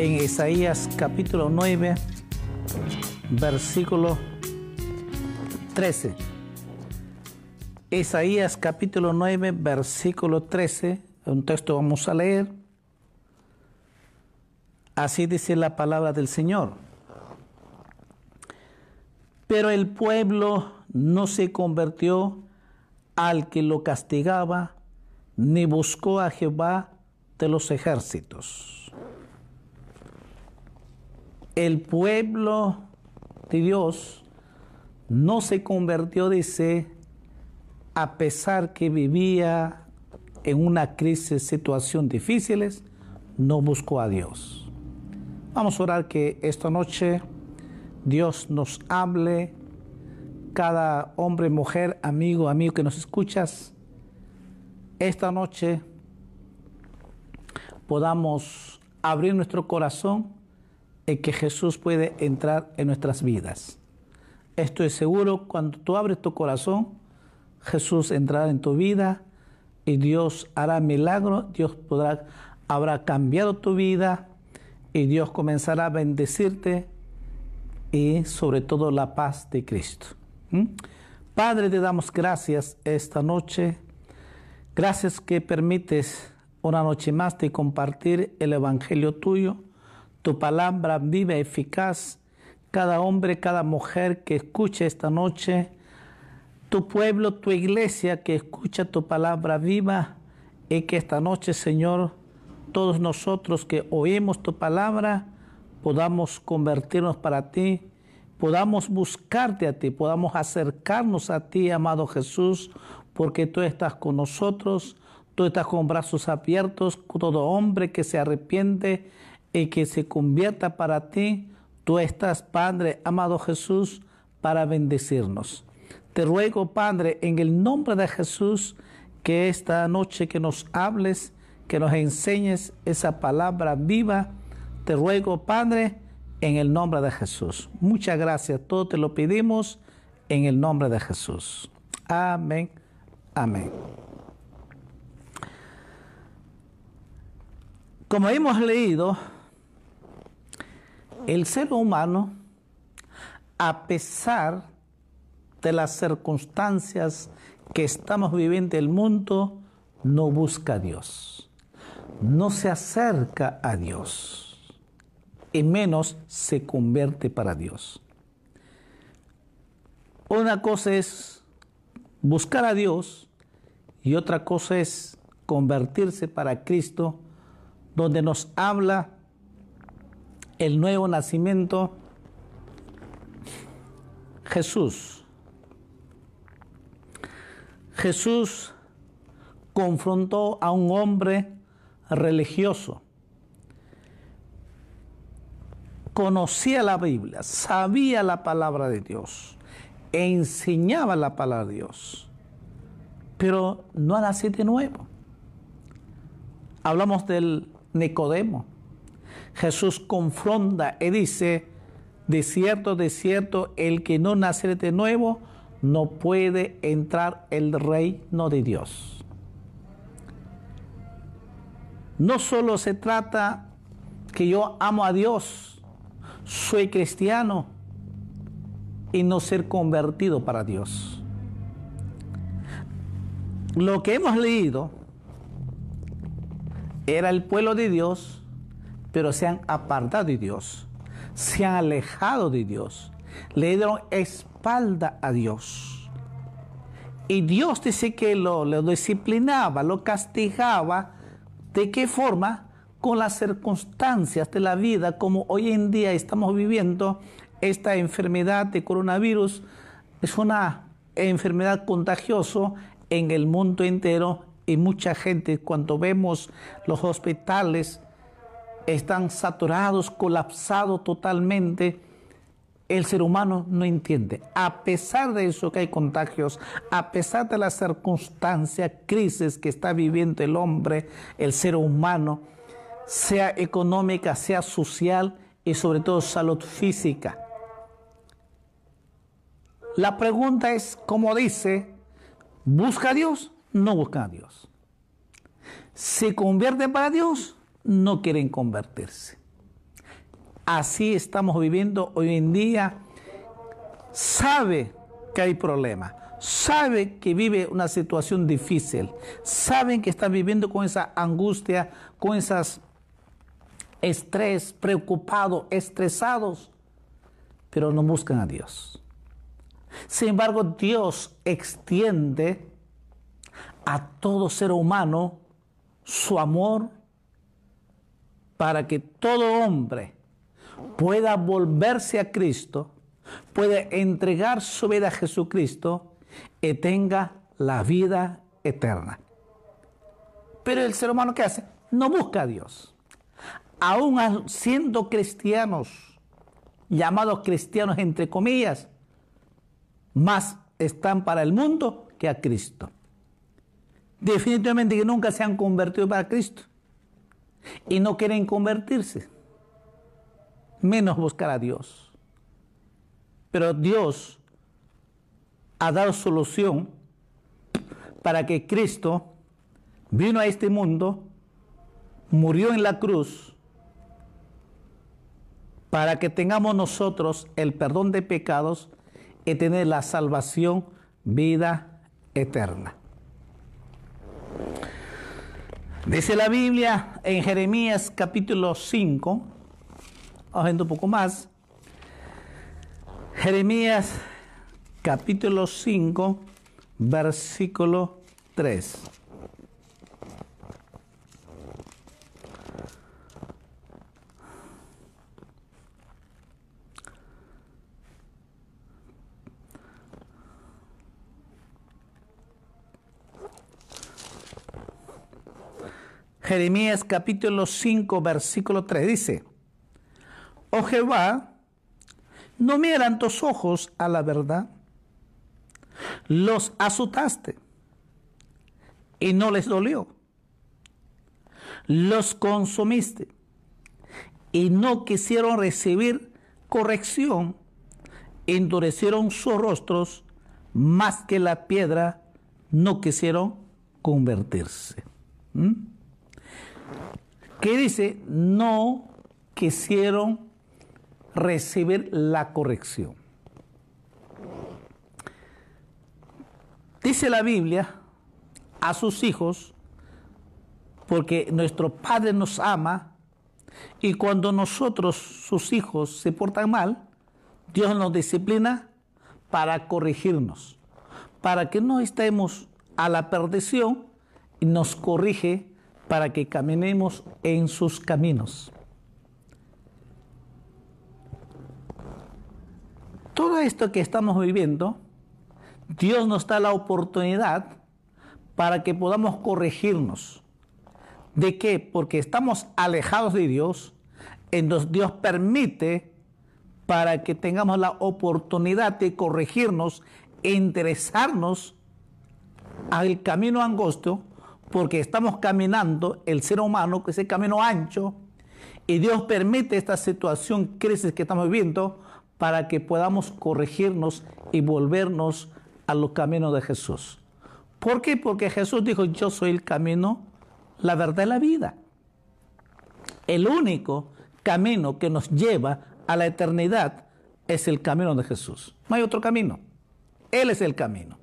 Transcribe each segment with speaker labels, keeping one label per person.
Speaker 1: en Isaías capítulo 9, versículo 13. Isaías capítulo 9, versículo 13, un texto vamos a leer. Así dice la palabra del Señor. Pero el pueblo no se convirtió al que lo castigaba, ni buscó a Jehová de los ejércitos. El pueblo de Dios no se convirtió, dice, a pesar que vivía en una crisis, situación difíciles, no buscó a Dios. Vamos a orar que esta noche Dios nos hable, cada hombre, mujer, amigo que nos escuchas, esta noche podamos abrir nuestro corazón y que Jesús puede entrar en nuestras vidas. Estoy seguro, cuando tú abres tu corazón, Jesús entrará en tu vida y Dios hará milagro, Dios habrá cambiado tu vida y Dios comenzará a bendecirte y sobre todo la paz de Cristo. Padre, te damos gracias esta noche. Gracias que permites una noche más de compartir el evangelio tuyo, tu palabra viva y eficaz. Cada hombre, cada mujer que escuche esta noche, tu pueblo, tu iglesia que escucha tu palabra viva, y que esta noche, Señor, todos nosotros que oímos tu palabra, podamos convertirnos para ti, podamos buscarte a ti, podamos acercarnos a ti, amado Jesús, porque tú estás con nosotros, tú estás con brazos abiertos, todo hombre que se arrepiente y que se convierta para ti, tú estás, Padre, amado Jesús, para bendecirnos. Te ruego, Padre, en el nombre de Jesús, que esta noche que nos hables, que nos enseñes esa palabra viva. Te ruego, Padre, en el nombre de Jesús. Muchas gracias. Todo te lo pedimos en el nombre de Jesús. Amén. Amén. Como hemos leído, el ser humano, a pesar de las circunstancias que estamos viviendo en el mundo, no busca a Dios, no se acerca a Dios y menos se convierte para Dios. Una cosa es buscar a Dios y otra cosa es convertirse para Cristo, donde nos habla el nuevo nacimiento. Jesús confrontó a un hombre religioso. Conocía la Biblia, sabía la palabra de Dios, enseñaba la palabra de Dios, pero no ha nacido de nuevo. Hablamos del Nicodemo. Jesús confronta y dice: de cierto, el que no naciere de nuevo no puede entrar el reino de Dios. No solo se trata que yo amo a Dios, soy cristiano, y no ser convertido para Dios. Lo que hemos leído era el pueblo de Dios, pero se han apartado de Dios, se han alejado de Dios, le dieron espalda a Dios. Y Dios dice que lo disciplinaba, lo castigaba. ¿De qué forma? Con las circunstancias de la vida, como hoy en día estamos viviendo esta enfermedad de coronavirus. Es una enfermedad contagiosa en el mundo entero y mucha gente, cuando vemos los hospitales, están saturados, colapsados totalmente. El ser humano no entiende. A pesar de eso que hay contagios, a pesar de las circunstancias, crisis que está viviendo el hombre, el ser humano, sea económica, sea social y sobre todo salud física. La pregunta es, como dice, ¿busca a Dios? No busca a Dios. ¿Se convierten para Dios? No quieren convertirse. Así estamos viviendo hoy en día. Sabe que hay problemas, sabe que vive una situación difícil, saben que están viviendo con esa angustia, con esas estrés, preocupados, estresados, pero no buscan a Dios. Sin embargo, Dios extiende a todo ser humano su amor para que todo hombre pueda volverse a Cristo, pueda entregar su vida a Jesucristo y tenga la vida eterna. Pero el ser humano, ¿qué hace? No busca a Dios. Aún siendo cristianos, llamados cristianos entre comillas, más están para el mundo que a Cristo. Definitivamente que nunca se han convertido para Cristo y no quieren convertirse, menos buscar a Dios. Pero Dios ha dado solución para que Cristo vino a este mundo, murió en la cruz, para que tengamos nosotros el perdón de pecados y tener la salvación, vida eterna. Dice la Biblia en Jeremías capítulo 5, vamos viendo un poco más. Jeremías capítulo 5, versículo 3. Jeremías capítulo 5, versículo 3 dice: Oh Jehová, ¿no miran tus ojos a la verdad? Los asustaste y no les dolió. Los consumiste y no quisieron recibir corrección. Endurecieron sus rostros más que la piedra, no quisieron convertirse. ¿Qué dice? No quisieron recibir la corrección. Dice la Biblia a sus hijos, porque nuestro Padre nos ama, y cuando nosotros, sus hijos, se portan mal, Dios nos disciplina para corregirnos, para que no estemos a la perdición, y nos corrige para que caminemos en sus caminos. Todo esto que estamos viviendo, Dios nos da la oportunidad para que podamos corregirnos. ¿De qué? Porque estamos alejados de Dios, entonces Dios permite para que tengamos la oportunidad de corregirnos e interesarnos al camino angosto, porque estamos caminando, el ser humano, que es el camino ancho, y Dios permite esta situación, crisis que estamos viviendo, para que podamos corregirnos y volvernos a los caminos de Jesús. ¿Por qué? Porque Jesús dijo: yo soy el camino, la verdad y la vida. El único camino que nos lleva a la eternidad es el camino de Jesús. No hay otro camino. Él es el camino.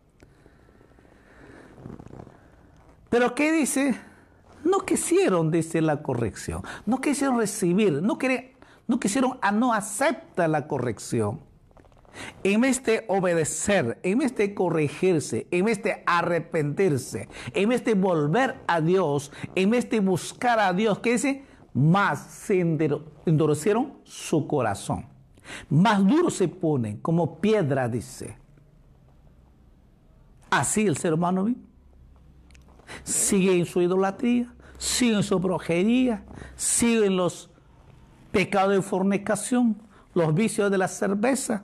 Speaker 1: Pero ¿qué dice? No quisieron, dice, la corrección. No quisieron recibir, no quisieron, no aceptar la corrección. En vez de obedecer, en vez de corregirse, en vez de arrepentirse, en vez de volver a Dios, en vez de buscar a Dios, ¿qué dice? Más se endurecieron su corazón. Más duro se ponen, como piedra, dice. Así el ser humano vive. Sigue en su idolatría, sigue en su brujería, sigue en los pecados de fornicación, los vicios de la cerveza,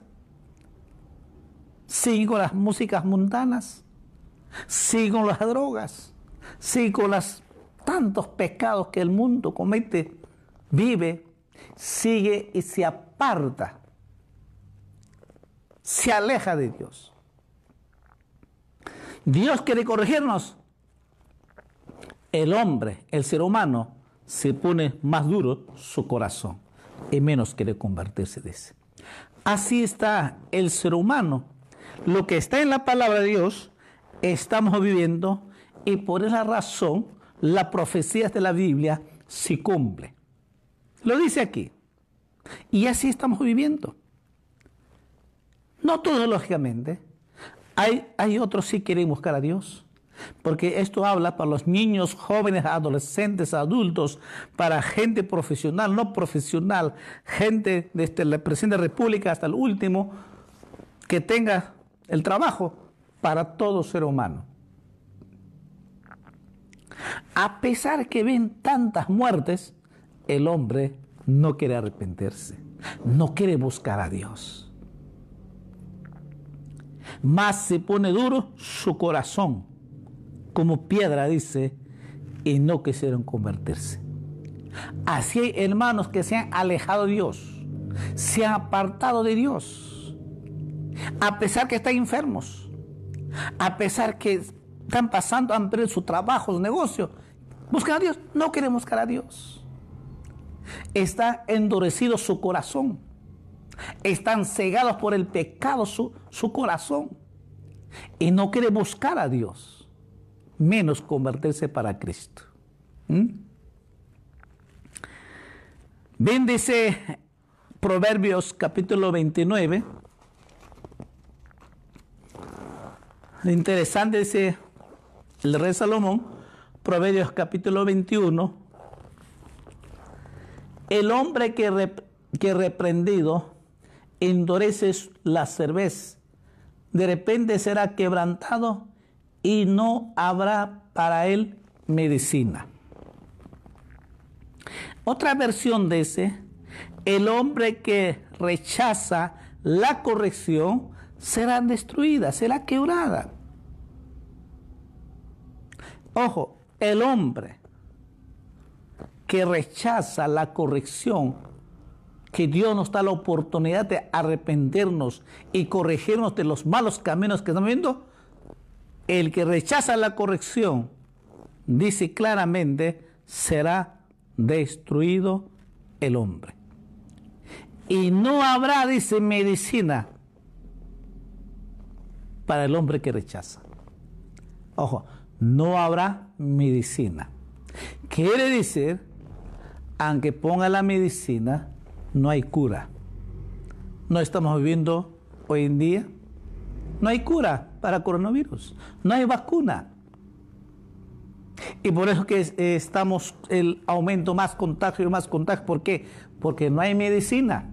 Speaker 1: sigue con las músicas mundanas, sigue con las drogas, sigue con los tantos pecados que el mundo comete, vive, sigue y se aparta, se aleja de Dios. Dios quiere corregirnos. El hombre, el ser humano, se pone más duro su corazón. y menos quiere convertirse, dice. Así está el ser humano. Lo que está en la palabra de Dios, estamos viviendo, y por esa razón, las profecías de la Biblia se cumplen. Lo dice aquí. Y así estamos viviendo. No todos, lógicamente. Hay otros sí quieren buscar a Dios. Porque esto habla para los niños, jóvenes, adolescentes, adultos, para gente profesional, no profesional, gente desde el presidente de la República hasta el último, que tenga el trabajo para todo ser humano. A pesar que ven tantas muertes, el hombre no quiere arrepentirse, no quiere buscar a Dios. Más se pone duro su corazón, como piedra, dice, y no quisieron convertirse. Así hay hermanos que se han alejado de Dios, se han apartado de Dios, a pesar que están enfermos, a pesar que están pasando, han perdido su trabajo, su negocio, buscan a Dios, no quieren buscar a Dios. Está endurecido su corazón, están cegados por el pecado su corazón, y no quiere buscar a Dios, menos convertirse para Cristo. Bien, dice Proverbios capítulo 29. Interesante, dice el rey Salomón, Proverbios capítulo 21. El hombre que reprendido endurece la cerveza, de repente será quebrantado y no habrá para él medicina. Otra versión dice, el hombre que rechaza la corrección será destruida, será quebrada. Ojo, el hombre que rechaza la corrección, que Dios nos da la oportunidad de arrepentirnos y corregirnos de los malos caminos que estamos viendo, el que rechaza la corrección, dice claramente, será destruido el hombre. Y no habrá, dice, medicina para el hombre que rechaza. Ojo, no habrá medicina. Quiere decir, aunque ponga la medicina, no hay cura. No estamos viviendo hoy en día, no hay cura para coronavirus, no hay vacuna. Y por eso que estamos el aumento más contagio. ¿Por qué? Porque no hay medicina.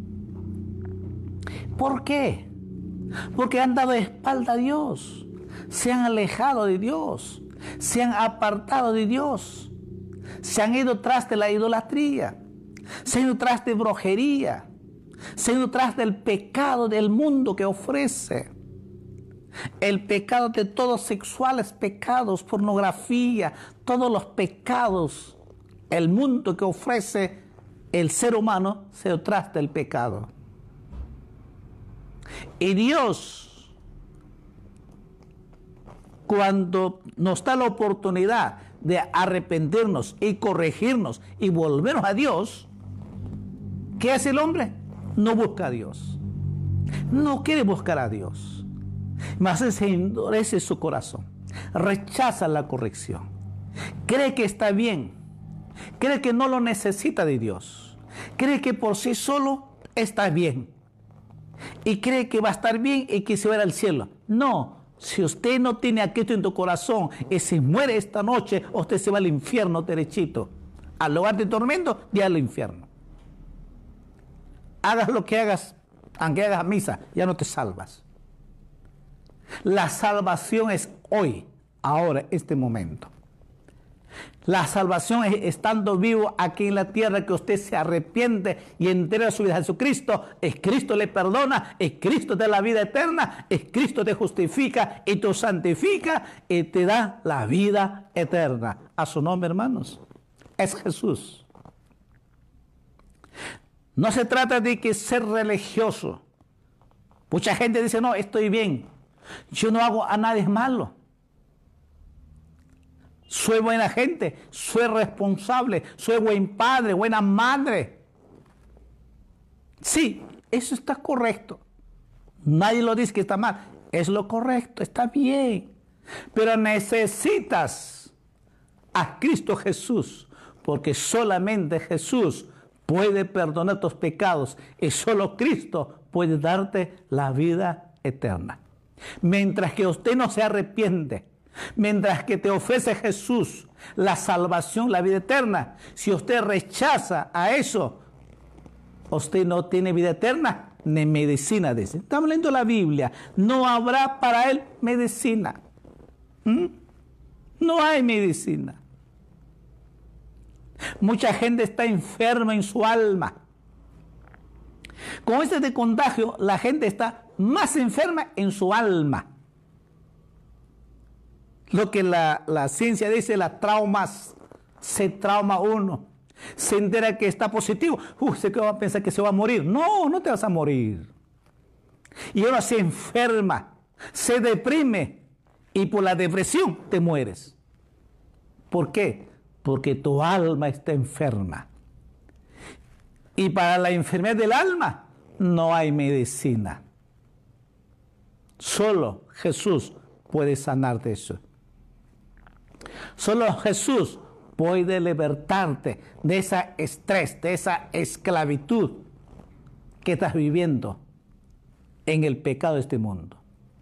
Speaker 1: ¿Por qué? Porque han dado espalda a Dios, se han alejado de Dios, se han apartado de Dios, se han ido tras de la idolatría, se han ido tras de brujería, se han ido tras del pecado del mundo que ofrece. El pecado de todos sexuales pecados, pornografía, todos los pecados, el mundo que ofrece el ser humano se ido tras del pecado. Y Dios, cuando nos da la oportunidad de arrepentirnos y corregirnos y volvernos a Dios, ¿qué hace el hombre? No busca a Dios, no quiere buscar a Dios, más se endurece su corazón, rechaza la corrección, cree que está bien, cree que no lo necesita de Dios, cree que por sí solo está bien, y cree que va a estar bien y que se va a ir al cielo. No, si usted no tiene a Cristo en tu corazón y se muere esta noche, usted se va al infierno derechito. Al lugar de tormento, ya al infierno. Hagas lo que hagas, aunque hagas misa, ya no te salvas. La salvación es hoy, ahora, este momento. La salvación es estando vivo aquí en la tierra, que usted se arrepiente y entrega su vida a Jesucristo. Es Cristo le perdona, es Cristo te da la vida eterna, es Cristo te justifica y te santifica y te da la vida eterna. A su nombre, hermanos, es Jesús. No se trata de que ser religioso. Mucha gente dice, no, estoy bien, yo no hago a nadie malo. Soy buena gente, soy responsable, soy buen padre, buena madre. Sí, eso está correcto. Nadie lo dice que está mal. Es lo correcto, está bien. Pero necesitas a Cristo Jesús, porque solamente Jesús puede perdonar tus pecados y solo Cristo puede darte la vida eterna. Mientras que usted no se arrepiente, mientras que te ofrece Jesús la salvación, la vida eterna, si usted rechaza a eso, usted no tiene vida eterna ni medicina, dice. Estamos leyendo la Biblia. No habrá para él medicina. No hay medicina. Mucha gente está enferma en su alma. Con este contagio, la gente está más enferma en su alma. Lo que la ciencia dice, las traumas, se trauma uno. Se entera que está positivo. Se va a pensar que se va a morir. No, no te vas a morir. Y uno se enferma, se deprime y por la depresión te mueres. ¿Por qué? Porque tu alma está enferma. Y para la enfermedad del alma no hay medicina. Solo Jesús puede sanarte eso. Solo Jesús puede libertarte de ese estrés, de esa esclavitud que estás viviendo en el pecado de este mundo.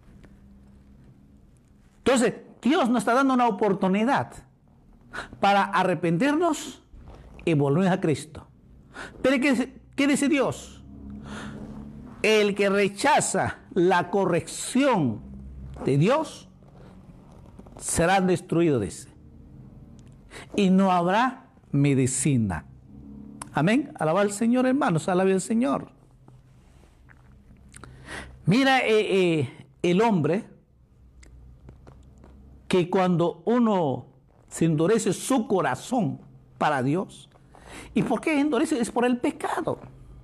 Speaker 1: Entonces, Dios nos está dando una oportunidad para arrepentirnos y volver a Cristo. Pero ¿qué dice Dios? El que rechaza la corrección de Dios será destruido, dice. Y no habrá medicina. Amén. Alaba al Señor, hermanos. Alabe al Señor. Mira el hombre que cuando uno se endurece su corazón para Dios. ¿Y por qué endurece? Es por el pecado.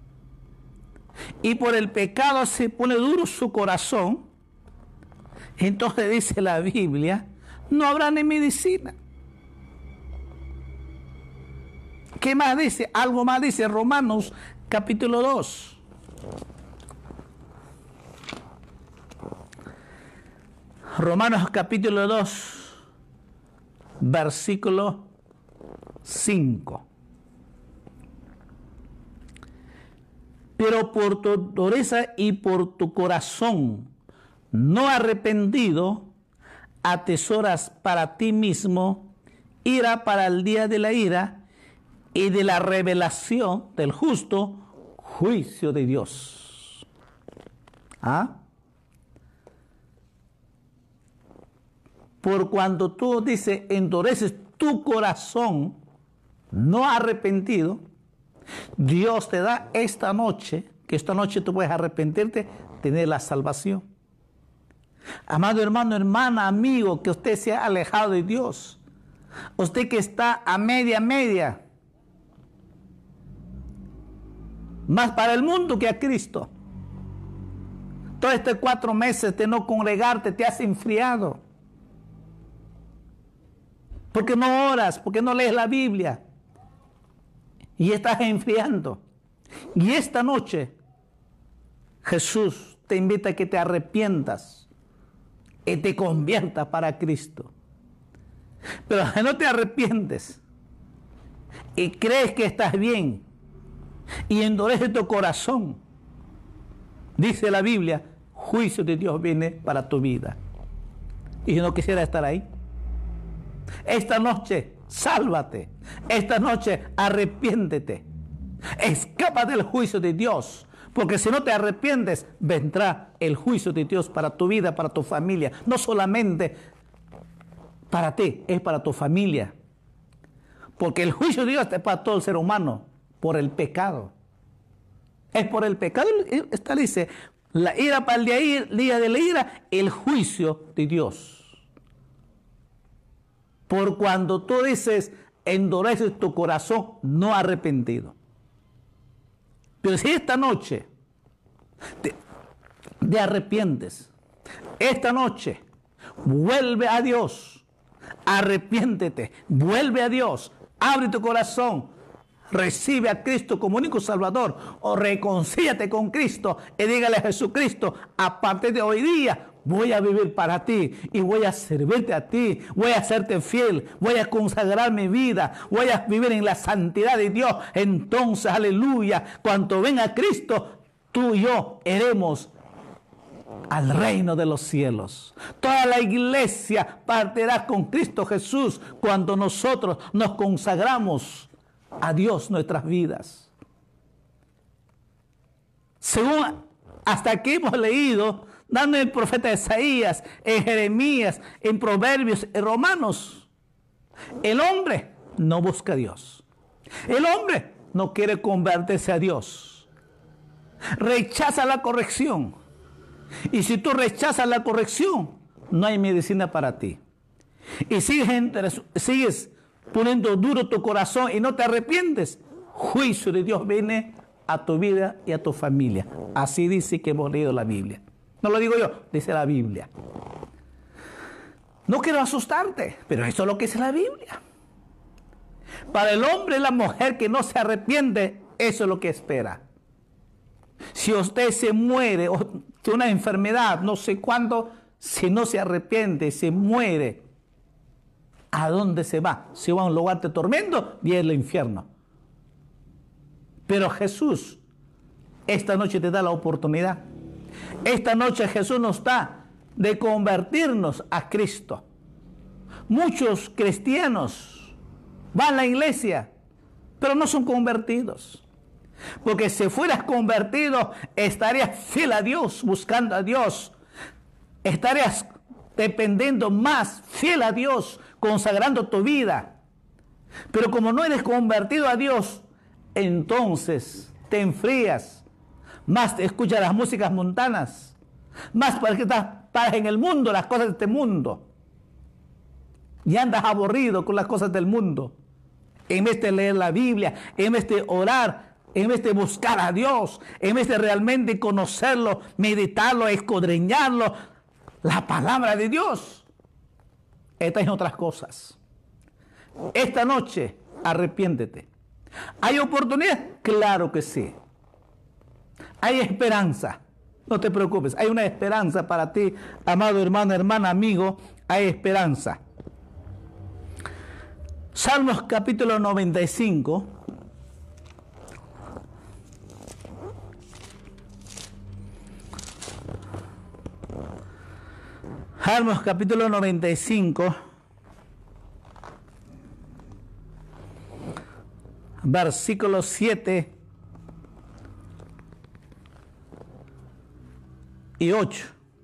Speaker 1: Y por el pecado se pone duro su corazón. Entonces dice la Biblia, no habrá ni medicina. ¿Qué más dice? Algo más dice Romanos capítulo 2. Romanos capítulo 2, versículo 5. Pero por tu dureza y por tu corazón no arrepentido, atesoras para ti mismo ira para el día de la ira y de la revelación del justo juicio de Dios. ¿Ah? Por cuando tú, dice, endureces tu corazón no arrepentido, Dios te da esta noche, que esta noche tú puedes arrepentirte, tener la salvación. Amado hermano, hermana, amigo, que usted se ha alejado de Dios. Usted que está a media, más para el mundo que a Cristo. Todos estos 4 meses de no congregarte te has enfriado. Porque no oras, porque no lees la Biblia. Y estás enfriando. Y esta noche Jesús te invita a que te arrepientas y te conviertas para Cristo. Pero si no te arrepientes y crees que estás bien y endureces tu corazón, dice la Biblia, juicio de Dios viene para tu vida. Y yo no quisiera estar ahí. Esta noche, sálvate. Esta noche, arrepiéntete. Escapa del juicio de Dios. Porque si no te arrepientes, vendrá el juicio de Dios para tu vida, para tu familia. No solamente para ti, es para tu familia. Porque el juicio de Dios es para todo el ser humano, por el pecado. Es por el pecado. Esta dice, la ira para el día de la ira, el juicio de Dios. Por cuando tú dices, endureces tu corazón no arrepentido. Pero si esta noche te arrepientes, esta noche vuelve a Dios, arrepiéntete, vuelve a Dios, abre tu corazón, recibe a Cristo como único Salvador o reconcíliate con Cristo y dígale a Jesucristo, a partir de hoy día voy a vivir para ti y voy a servirte a ti, voy a serte fiel, voy a consagrar mi vida, voy a vivir en la santidad de Dios. Entonces, aleluya, cuando venga Cristo, tú y yo iremos al reino de los cielos. Toda la iglesia partirá con Cristo Jesús cuando nosotros nos consagramos a Dios nuestras vidas. Según hasta aquí hemos leído, dando el profeta Isaías, en Jeremías, en Proverbios, en Romanos, el hombre no busca a Dios. El hombre no quiere convertirse a Dios. Rechaza la corrección. Y si tú rechazas la corrección, no hay medicina para ti. Y sigues poniendo duro tu corazón y no te arrepientes, juicio de Dios viene a tu vida y a tu familia. Así dice que hemos leído la Biblia. No lo digo yo, dice la Biblia. No quiero asustarte, pero eso es lo que dice la Biblia. Para el hombre y la mujer que no se arrepiente, eso es lo que espera. Si usted se muere o de una enfermedad, no sé cuándo, si no se arrepiente, se muere, ¿a dónde se va? Se va a un lugar de tormento y es el infierno. Pero Jesús, esta noche te da la oportunidad. Esta noche Jesús nos da de convertirnos a Cristo. Muchos cristianos van a la iglesia, pero no son convertidos. Porque si fueras convertido, estarías fiel a Dios, buscando a Dios. Estarías dependiendo más, fiel a Dios, consagrando tu vida. Pero como no eres convertido a Dios, entonces te enfrías. Más te escuchas las músicas mundanas. Más porque estás en el mundo, las cosas de este mundo. Y andas aburrido con las cosas del mundo. En vez de leer la Biblia, en vez de orar, en vez de buscar a Dios, en vez de realmente conocerlo, meditarlo, escudriñarlo, la palabra de Dios, estás en otras cosas. Esta noche, arrepiéntete. ¿Hay oportunidad? Claro que sí. Hay esperanza. No te preocupes, hay una esperanza para ti, amado hermano, hermana, amigo, hay esperanza. Salmos capítulo 95. Salmos capítulo 95, versículos 7 y 8.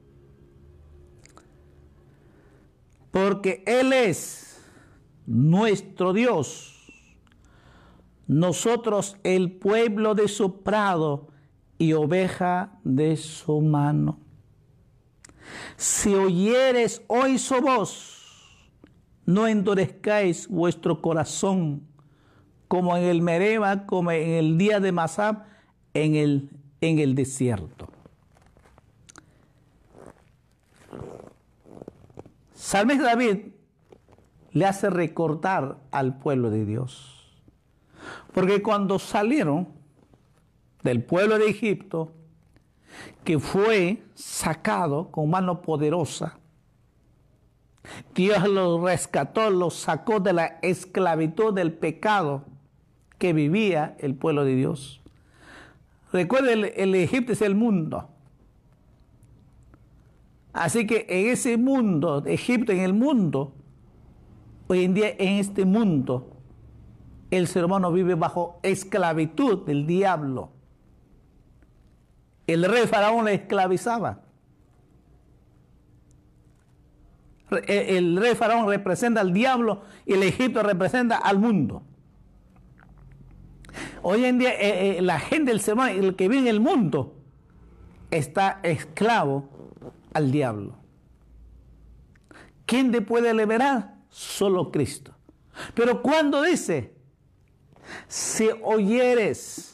Speaker 1: Porque Él es nuestro Dios, nosotros el pueblo de su prado y oveja de su mano. Si oyeres hoy su voz, no endurezcáis vuestro corazón, como en el Mereba, como en el día de Masab, en el desierto. Salmista David le hace recordar al pueblo de Dios. Porque cuando salieron del pueblo de Egipto, que fue sacado con mano poderosa, Dios los rescató, los sacó de la esclavitud del pecado que vivía el pueblo de Dios. Recuerden, el Egipto es el mundo. Así que en ese mundo, Egipto en el mundo, hoy en día en este mundo, el ser humano vive bajo esclavitud del diablo. El rey Faraón le esclavizaba. El rey Faraón representa al diablo y el Egipto representa al mundo. Hoy en día la gente del ser humano, el que vive en el mundo, está esclavo al diablo. ¿Quién te puede liberar? Solo Cristo. Pero cuando dice, si oyeres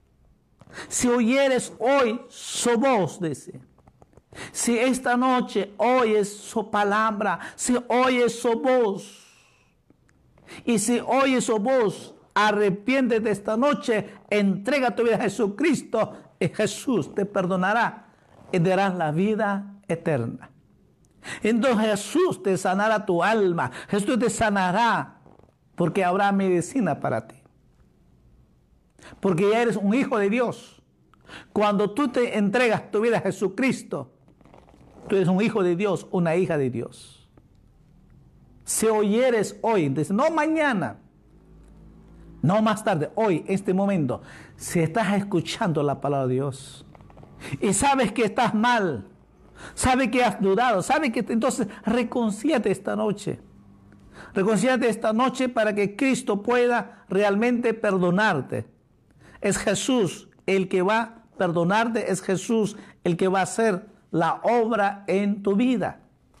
Speaker 1: hoy su voz, dice, si esta noche oyes su palabra, si oyes su voz, y si oyes su voz, arrepiéntete esta noche, entrega tu vida a Jesucristo y Jesús te perdonará y te dará la vida eterna. Entonces Jesús te sanará tu alma, Jesús te sanará porque habrá medicina para ti. Porque ya eres un hijo de Dios. Cuando tú te entregas tu vida a Jesucristo, tú eres un hijo de Dios, una hija de Dios. Si oyeres hoy, no mañana, no más tarde, hoy, en este momento, si estás escuchando la palabra de Dios y sabes que estás mal, sabes que has dudado, sabes que entonces reconcíliate esta noche. Reconcíliate esta noche para que Cristo pueda realmente perdonarte. Es Jesús el que va a perdonarte, es Jesús el que va a hacer la obra en tu vida.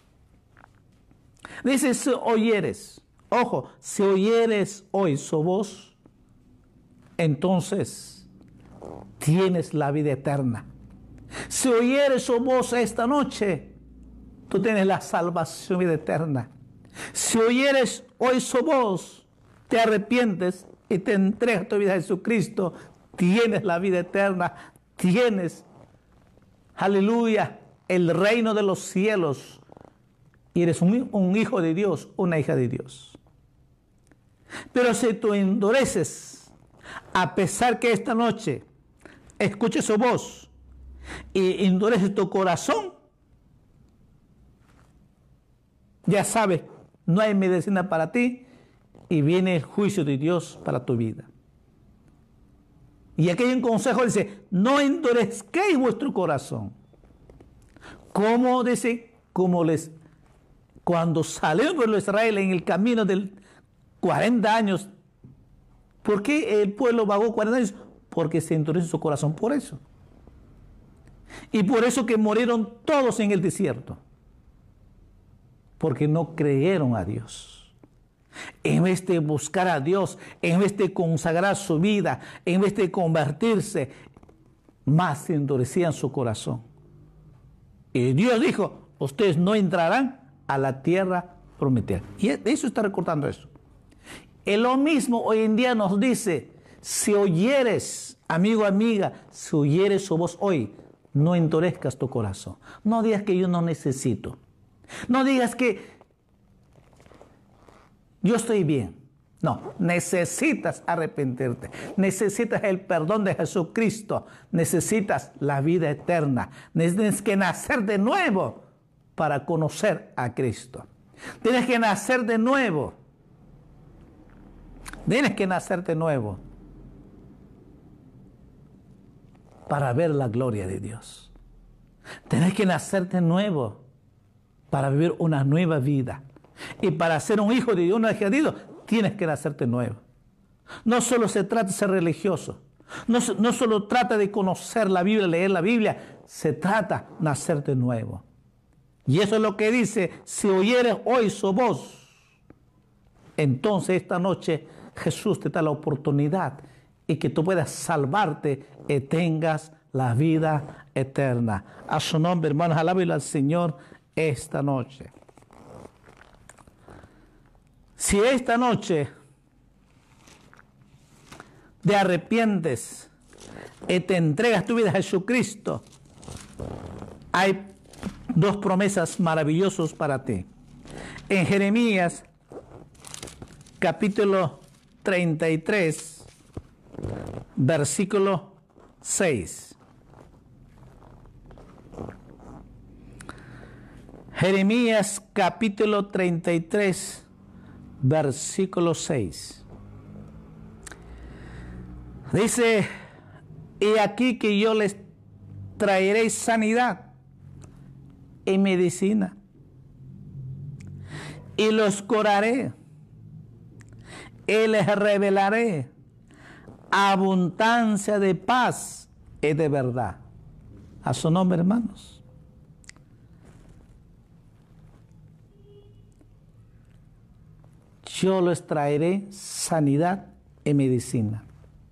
Speaker 1: Dice, si oyeres, ojo, si oyeres hoy su voz, entonces tienes la vida eterna. Si oyeres su voz esta noche, tú tienes la salvación, vida eterna. Si oyeres hoy su voz, te arrepientes y te entregas tu vida a Jesucristo, tienes la vida eterna, tienes, aleluya, el reino de los cielos. Y eres un hijo de Dios, una hija de Dios. Pero si tú endureces, a pesar que esta noche escuches su voz y endureces tu corazón, ya sabes, no hay medicina para ti y viene el juicio de Dios para tu vida. Y aquí hay un consejo, dice, no endurezcáis vuestro corazón. ¿Cómo dice? Como cuando salió el pueblo de Israel en el camino de 40 años. ¿Por qué el pueblo vagó 40 años? Porque se endureció su corazón por eso. Y por eso que murieron todos en el desierto. Porque no creyeron a Dios. En vez de buscar a Dios, en vez de consagrar su vida, en vez de convertirse, más se endurecían su corazón. Y Dios dijo, ustedes no entrarán a la tierra prometida. Y eso está recordando eso. Es lo mismo hoy en día nos dice, si oyeres, amigo, amiga, si oyeres su voz hoy, no endurezcas tu corazón. No digas que yo no necesito. No digas que yo estoy bien. No, necesitas arrepentirte. Necesitas el perdón de Jesucristo. Necesitas la vida eterna. Tienes que nacer de nuevo para conocer a Cristo. Tienes que nacer de nuevo. Tienes que nacer de nuevo para ver la gloria de Dios. Tienes que nacer de nuevo para vivir una nueva vida. Y para ser un hijo de Dios, una hija de Dios, tienes que nacer de nuevo. No solo se trata de ser religioso. No solo trata de conocer la Biblia, leer la Biblia. Se trata de nacer de nuevo. Y eso es lo que dice, si oyeres hoy su voz, entonces esta noche Jesús te da la oportunidad y que tú puedas salvarte y tengas la vida eterna. A su nombre, hermanos, alábenle al Señor esta noche. Si esta noche te arrepientes y te entregas tu vida a Jesucristo, hay dos promesas maravillosas para ti. En Jeremías, capítulo 33, versículo 6. Jeremías, capítulo 33, versículo 6. Dice, he aquí que yo les traeré sanidad y medicina, y los curaré, y les revelaré abundancia de paz y de verdad. A su nombre, hermanos. Yo les traeré sanidad y medicina.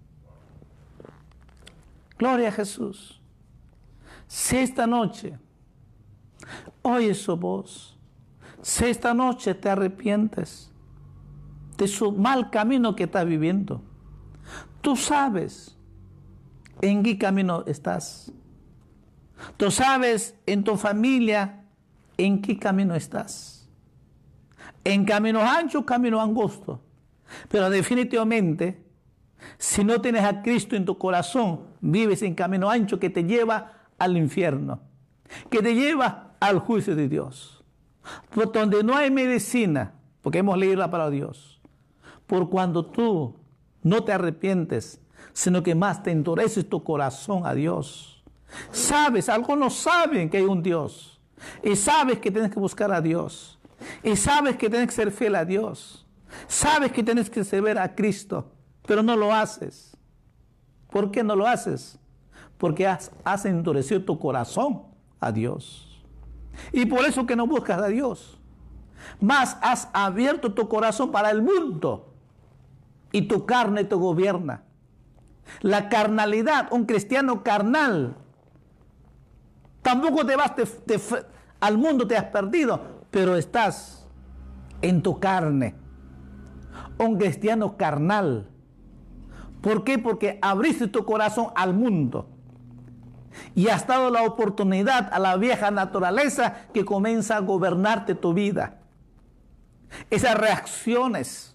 Speaker 1: Gloria a Jesús. Si esta noche oyes su voz, si esta noche te arrepientes de su mal camino que estás viviendo, Tú sabes en qué camino estás. Tú sabes en tu familia en qué camino estás. En caminos anchos, camino angosto. Pero definitivamente, si no tienes a Cristo en tu corazón, vives en camino ancho que te lleva al infierno, que te lleva al juicio de Dios. Por donde no hay medicina, porque hemos leído la palabra de Dios, por cuando tú no te arrepientes, sino que más te endureces tu corazón a Dios. Sabes, algunos saben que hay un Dios, y sabes que tienes que buscar a Dios, y sabes que tienes que ser fiel a Dios, sabes que tienes que servir a Cristo, pero no lo haces. ¿Por qué no lo haces? Porque has endurecido tu corazón a Dios. Y por eso que no buscas a Dios. Más has abierto tu corazón para el mundo y tu carne te gobierna. La carnalidad, un cristiano carnal, tampoco te vas al mundo, te has perdido, pero estás en tu carne. Un cristiano carnal. ¿Por qué? Porque abriste tu corazón al mundo y has dado la oportunidad a la vieja naturaleza que comienza a gobernarte tu vida. Esas reacciones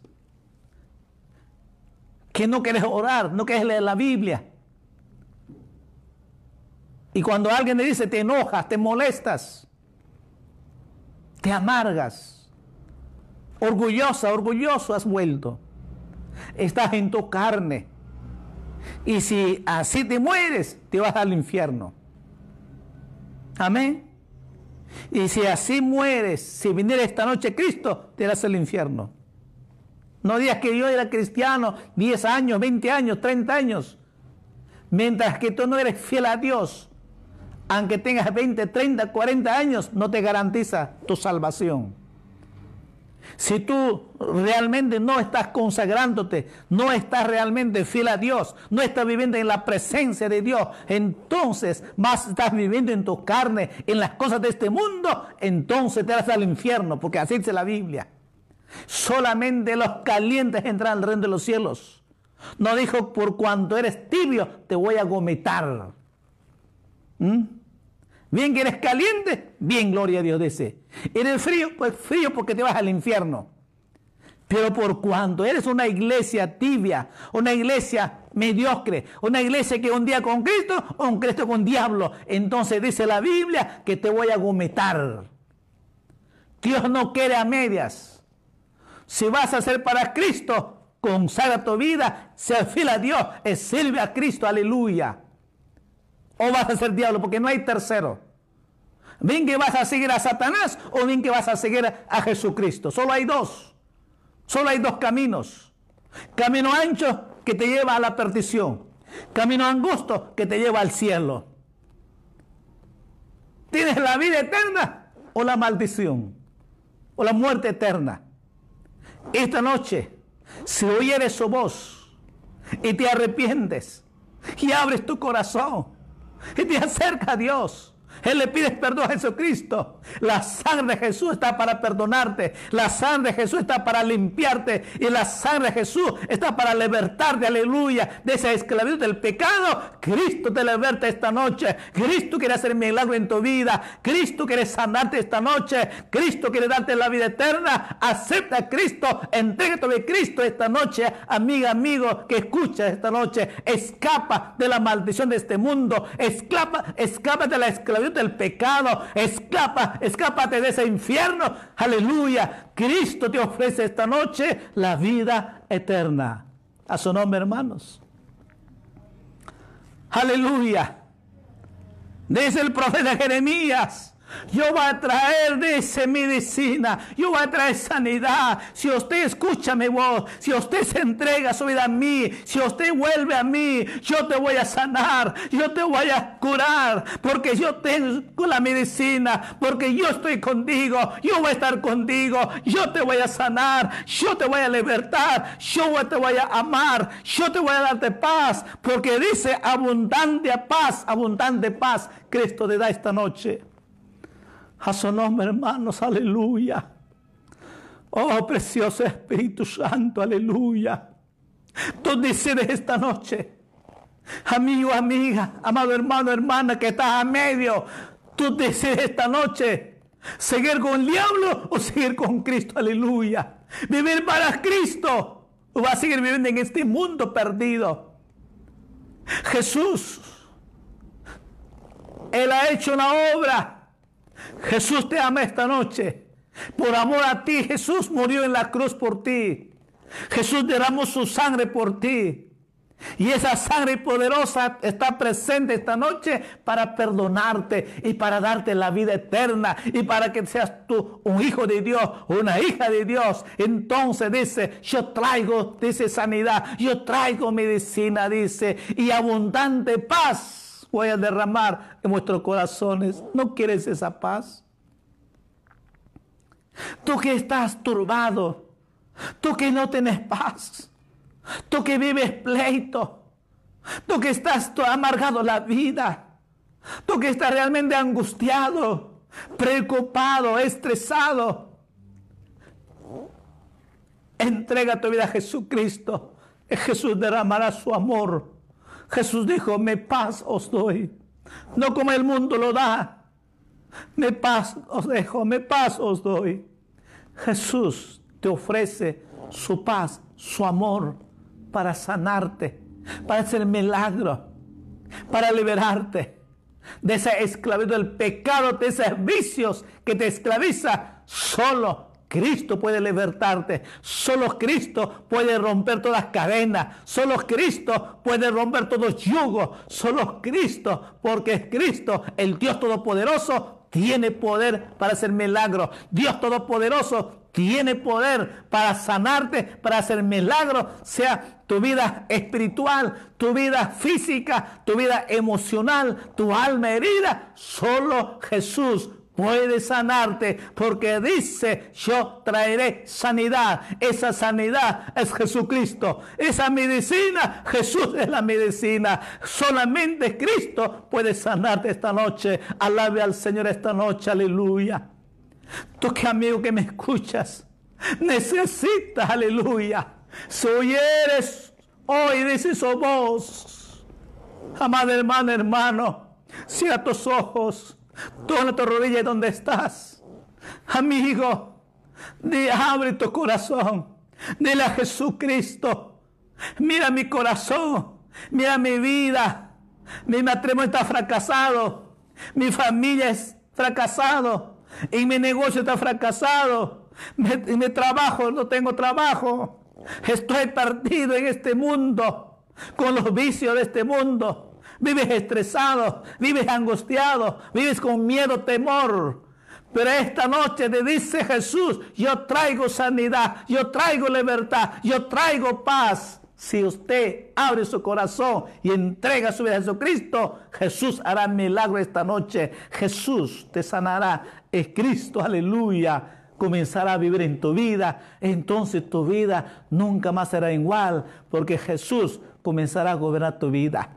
Speaker 1: que no quieres orar, no quieres leer la Biblia. Y cuando alguien te dice, te enojas, te molestas, te amargas, orgulloso has vuelto. Estás en tu carne. Y si así te mueres, te vas al infierno. Amén. Y si así mueres, si viniera esta noche Cristo, te irás al infierno. No digas que yo era cristiano 10 años, 20 años, 30 años. Mientras que tú no eres fiel a Dios, aunque tengas 20, 30, 40 años, no te garantiza tu salvación. Si tú realmente no estás consagrándote, no estás realmente fiel a Dios, no estás viviendo en la presencia de Dios, entonces más estás viviendo en tu carne, en las cosas de este mundo, entonces te vas al infierno, porque así dice la Biblia. Solamente los calientes entran al reino de los cielos. No dijo, por cuanto eres tibio, te voy a gometar. Bien que eres caliente, bien, gloria a Dios, dice. Eres frío, pues frío porque te vas al infierno. Pero por cuanto eres una iglesia tibia, una iglesia mediocre, una iglesia que un día con Cristo, un Cristo con diablo, entonces dice la Biblia que te voy a gometar. Dios no quiere a medias. Si vas a ser para Cristo, consagra tu vida, sé fiel a Dios, sirve a Cristo, aleluya. O vas a ser diablo, porque no hay tercero. Bien que vas a seguir a Satanás o bien que vas a seguir a Jesucristo. Solo hay dos. Solo hay dos caminos. Camino ancho que te lleva a la perdición. Camino angosto que te lleva al cielo. ¿Tienes la vida eterna o la maldición? O la muerte eterna. Esta noche, si oyeres su voz y te arrepientes y abres tu corazón y te acercas a Dios, Él le pides perdón a Jesucristo. La sangre de Jesús está para perdonarte. La sangre de Jesús está para limpiarte. Y la sangre de Jesús está para libertarte, aleluya, de esa esclavitud del pecado. Cristo te liberta esta noche. Cristo quiere hacer milagro en tu vida. Cristo quiere sanarte esta noche. Cristo quiere darte la vida eterna. Acepta a Cristo. Entrégate a Cristo esta noche, amiga, amigo, que escucha esta noche. Escapa de la maldición de este mundo. Escapa de la esclavitud del pecado, escápate de ese infierno, aleluya. Cristo te ofrece esta noche la vida eterna. A su nombre, hermanos. Aleluya. Dice el profeta Jeremías: yo voy a traer, dice, medicina, yo voy a traer sanidad. Si usted escucha mi voz, si usted se entrega su vida a mí, si usted vuelve a mí, yo te voy a sanar, yo te voy a curar, porque yo tengo la medicina, porque yo estoy contigo, yo voy a estar contigo, yo te voy a sanar, yo te voy a libertar, yo te voy a amar, yo te voy a darte paz, porque dice abundante paz, Cristo te da esta noche. A su nombre, hermanos, aleluya. Oh, precioso Espíritu Santo, aleluya. Tú decides esta noche, amigo, amiga, amado hermano, hermana que estás a medio. Tú decides esta noche seguir con el diablo o seguir con Cristo. Aleluya. Vivir para Cristo o vas a seguir viviendo en este mundo perdido. Jesús, Él ha hecho una obra. Jesús te ama esta noche. Por amor a ti, Jesús murió en la cruz por ti. Jesús derramó su sangre por ti. Y esa sangre poderosa está presente esta noche para perdonarte y para darte la vida eterna y para que seas tú un hijo de Dios, una hija de Dios. Entonces dice, yo traigo, dice, sanidad, yo traigo medicina, dice, y abundante paz voy a derramar en vuestros corazones. ¿No quieres esa paz? Tú que estás turbado, tú que no tienes paz, tú que vives pleito, tú que estás amargado la vida, tú que estás realmente angustiado, preocupado, estresado, entrega tu vida a Jesucristo. Jesús derramará su amor. Jesús dijo, mi paz os doy, no como el mundo lo da. Mi paz os dejo, mi paz os doy. Jesús te ofrece su paz, su amor, para sanarte, para hacer milagro, para liberarte de esa esclavitud del pecado, de esos vicios que te esclaviza. Solo Cristo puede libertarte. Solo Cristo puede romper todas las cadenas. Solo Cristo puede romper todos los yugos. Solo Cristo, porque es Cristo, el Dios Todopoderoso, tiene poder para hacer milagros. Dios Todopoderoso tiene poder para sanarte, para hacer milagros, sea tu vida espiritual, tu vida física, tu vida emocional, tu alma herida. Solo Jesús puede sanarte, porque dice, yo traeré sanidad. Esa sanidad es Jesucristo. Esa medicina, Jesús es la medicina. Solamente Cristo puede sanarte esta noche. Alabe al Señor esta noche, aleluya. Tú que amigo que me escuchas, necesitas, aleluya. Si oyeres hoy, dice su voz, amada hermana, hermano, cierra tus ojos. Dobla tu rodilla donde estás. Amigo, abre tu corazón. Dile a Jesucristo, mira mi corazón, mira mi vida. Mi matrimonio está fracasado. Mi familia es fracasado. Y mi negocio está fracasado. Mi trabajo, no tengo trabajo. Estoy perdido en este mundo, con los vicios de este mundo. Vives estresado, vives angustiado, vives con miedo, temor. Pero esta noche te dice Jesús, yo traigo sanidad, yo traigo libertad, yo traigo paz. Si usted abre su corazón y entrega su vida a Jesucristo, Jesús hará milagro esta noche. Jesús te sanará. Es Cristo, aleluya. Comenzará a vivir en tu vida. Entonces tu vida nunca más será igual, porque Jesús comenzará a gobernar tu vida.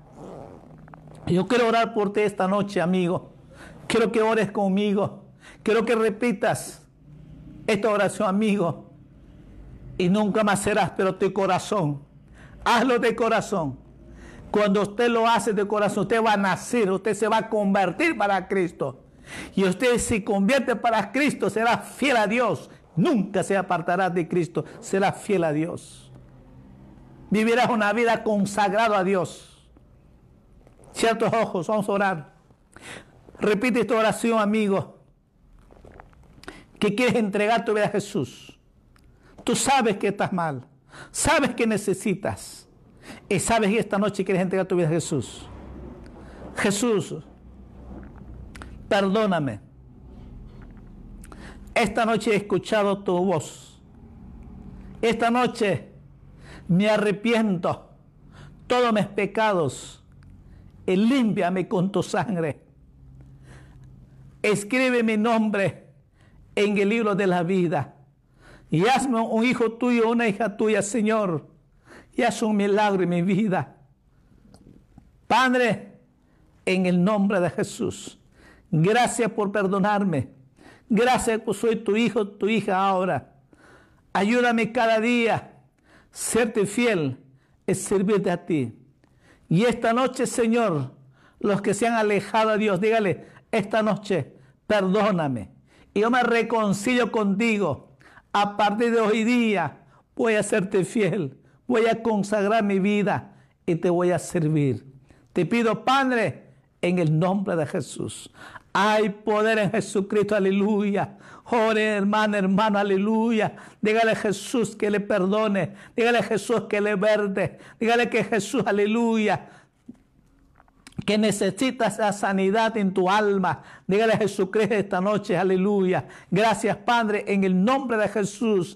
Speaker 1: Yo quiero orar por ti esta noche, amigo. Quiero que ores conmigo. Quiero que repitas esta oración, amigo. Y nunca más serás, pero tu corazón. Hazlo de corazón. Cuando usted lo hace de corazón, usted va a nacer, usted se va a convertir para Cristo. Y usted se convierte para Cristo, será fiel a Dios. Nunca se apartará de Cristo, será fiel a Dios. Vivirás una vida consagrada a Dios. Cierra tus ojos, vamos a orar. Repite esta oración, amigo. Que quieres entregar tu vida a Jesús. Tú sabes que estás mal. Sabes que necesitas. Y sabes que esta noche quieres entregar tu vida a Jesús. Jesús, perdóname. Esta noche he escuchado tu voz. Esta noche me arrepiento. Todos mis pecados. Y límpiame con tu sangre. Escribe mi nombre en el libro de la vida. Y hazme un hijo tuyo, una hija tuya, Señor. Y haz un milagro en mi vida. Padre, en el nombre de Jesús, gracias por perdonarme. Gracias por soy tu hijo, tu hija ahora. Ayúdame cada día a serte fiel es servirte a ti. Y esta noche, Señor, los que se han alejado de Dios, dígale, esta noche, perdóname. Y yo me reconcilio contigo. A partir de hoy día voy a serte fiel. Voy a consagrar mi vida y te voy a servir. Te pido, Padre, en el nombre de Jesús. Hay poder en Jesucristo, aleluya. Ore, hermano, aleluya. Dígale a Jesús que le perdone. Dígale a Jesús que le verde. Dígale que Jesús, aleluya, que necesitas esa sanidad en tu alma. Dígale a Jesucristo esta noche, aleluya. Gracias, Padre, en el nombre de Jesús.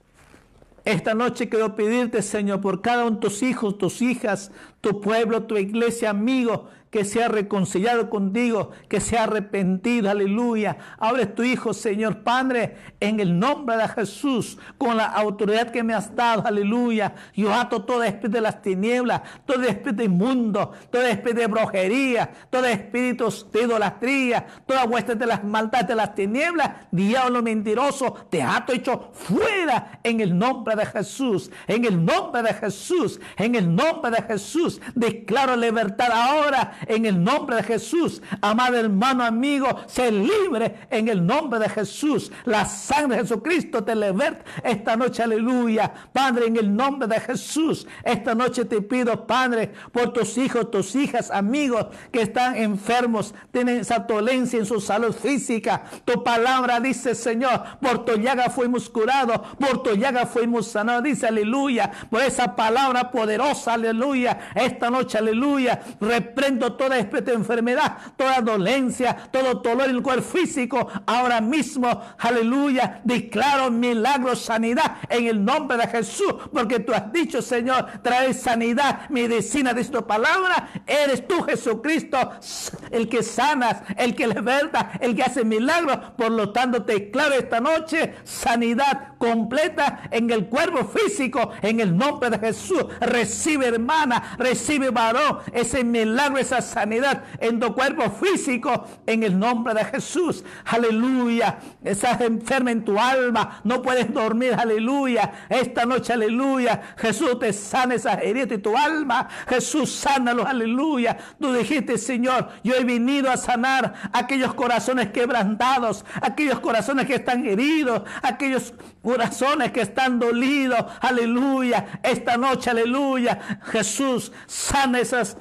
Speaker 1: Esta noche quiero pedirte, Señor, por cada uno de tus hijos, tus hijas, tu pueblo, tu iglesia, amigo, que se ha reconciliado contigo, que se ha arrepentido, aleluya. Ahora es tu Hijo, Señor Padre, en el nombre de Jesús, con la autoridad que me has dado, aleluya. Yo ato todo espíritu de las tinieblas, todo espíritu inmundo, todo espíritu de brujería, todo espíritu de idolatría, toda hueste de las maldades de las tinieblas, diablo mentiroso, te ato hecho fuera en el nombre de Jesús, en el nombre de Jesús, en el nombre de Jesús. Declaro libertad ahora en el nombre de Jesús. Amado hermano, amigo, sé libre en el nombre de Jesús. La sangre de Jesucristo te liberta esta noche, aleluya. Padre, en el nombre de Jesús, esta noche te pido, Padre, por tus hijos, tus hijas, amigos que están enfermos, tienen esa dolencia en su salud física. Tu palabra dice, Señor, por tu llaga fuimos curados, por tu llaga fuimos sanados. Dice, aleluya, por esa palabra poderosa, aleluya. Esta noche, aleluya, reprendo toda especie de enfermedad, toda dolencia, todo dolor en el cuerpo físico. Ahora mismo, aleluya, declaro milagro, sanidad en el nombre de Jesús, porque tú has dicho, Señor, trae sanidad, medicina de tu palabra. Eres tú, Jesucristo, el que sanas, el que liberta, el que hace milagros. Por lo tanto, te declaro esta noche sanidad completa en el cuerpo físico, en el nombre de Jesús. Recibe, hermana, recibe, varón, ese milagro, esa sanidad en tu cuerpo físico, en el nombre de Jesús. Aleluya. Estás enferma en tu alma, no puedes dormir, aleluya. Esta noche, aleluya, Jesús te sana esas heridas de tu alma. Jesús, sánalo, aleluya. Tú dijiste, Señor, yo he venido a sanar aquellos corazones quebrantados, aquellos corazones que están heridos, aquellos corazones que están dolidos, aleluya. Esta noche, aleluya, Jesús, sana esas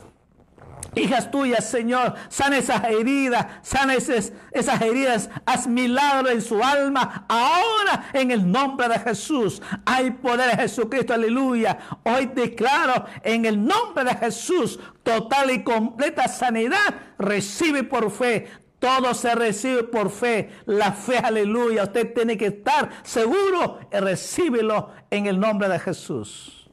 Speaker 1: hijas tuyas, Señor, sana esas heridas, sana esas heridas, haz milagro en su alma, ahora en el nombre de Jesús. Hay poder en Jesucristo, aleluya. Hoy declaro en el nombre de Jesús total y completa sanidad. Recibe por fe. Todo se recibe por fe. La fe, aleluya. Usted tiene que estar seguro y recíbelo en el nombre de Jesús.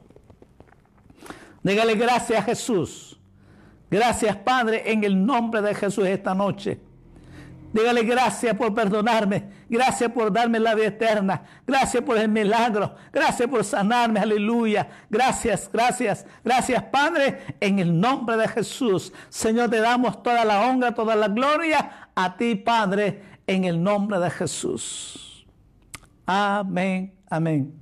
Speaker 1: Dígale gracias a Jesús. Gracias, Padre, en el nombre de Jesús esta noche. Dígale gracias por perdonarme. Gracias por darme la vida eterna. Gracias por el milagro. Gracias por sanarme. Aleluya. Gracias, gracias. Gracias, Padre, en el nombre de Jesús. Señor, te damos toda la honra, toda la gloria a ti, Padre, en el nombre de Jesús. Amén, amén.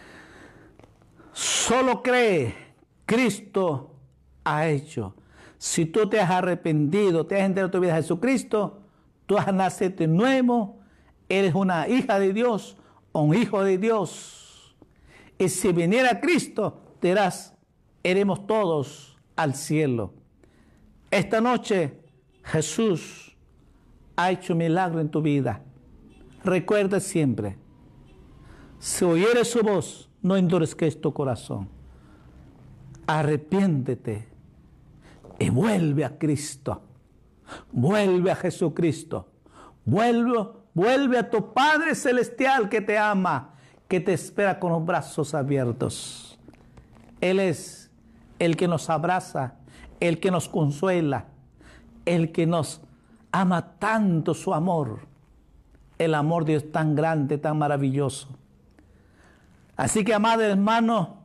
Speaker 1: Solo cree, Cristo ha hecho. Si tú te has arrepentido, te has entregado tu vida a Jesucristo, tú has nacido de nuevo, eres una hija de Dios o un hijo de Dios. Y si viniera Cristo, dirás, iremos todos al cielo. Esta noche Jesús ha hecho milagro en tu vida. Recuerda siempre, si oyeres su voz, no endurezcas tu corazón. Arrepiéntete. Y vuelve a Cristo, vuelve a Jesucristo, vuelve a tu Padre Celestial que te ama, que te espera con los brazos abiertos. Él es el que nos abraza, el que nos consuela, el que nos ama tanto, su amor. El amor de Dios tan grande, tan maravilloso. Así que, amado hermano,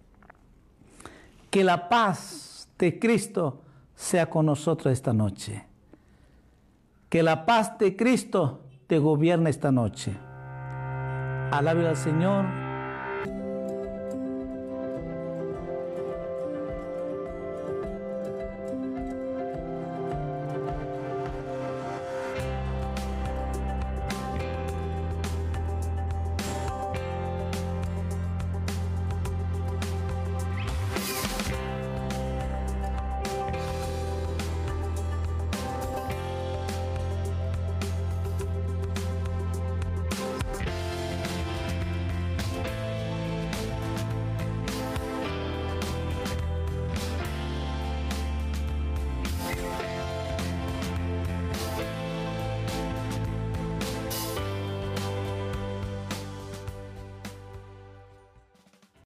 Speaker 1: que la paz de Cristo sea con nosotros esta noche. Que la paz de Cristo te gobierne esta noche. Alabe al Señor.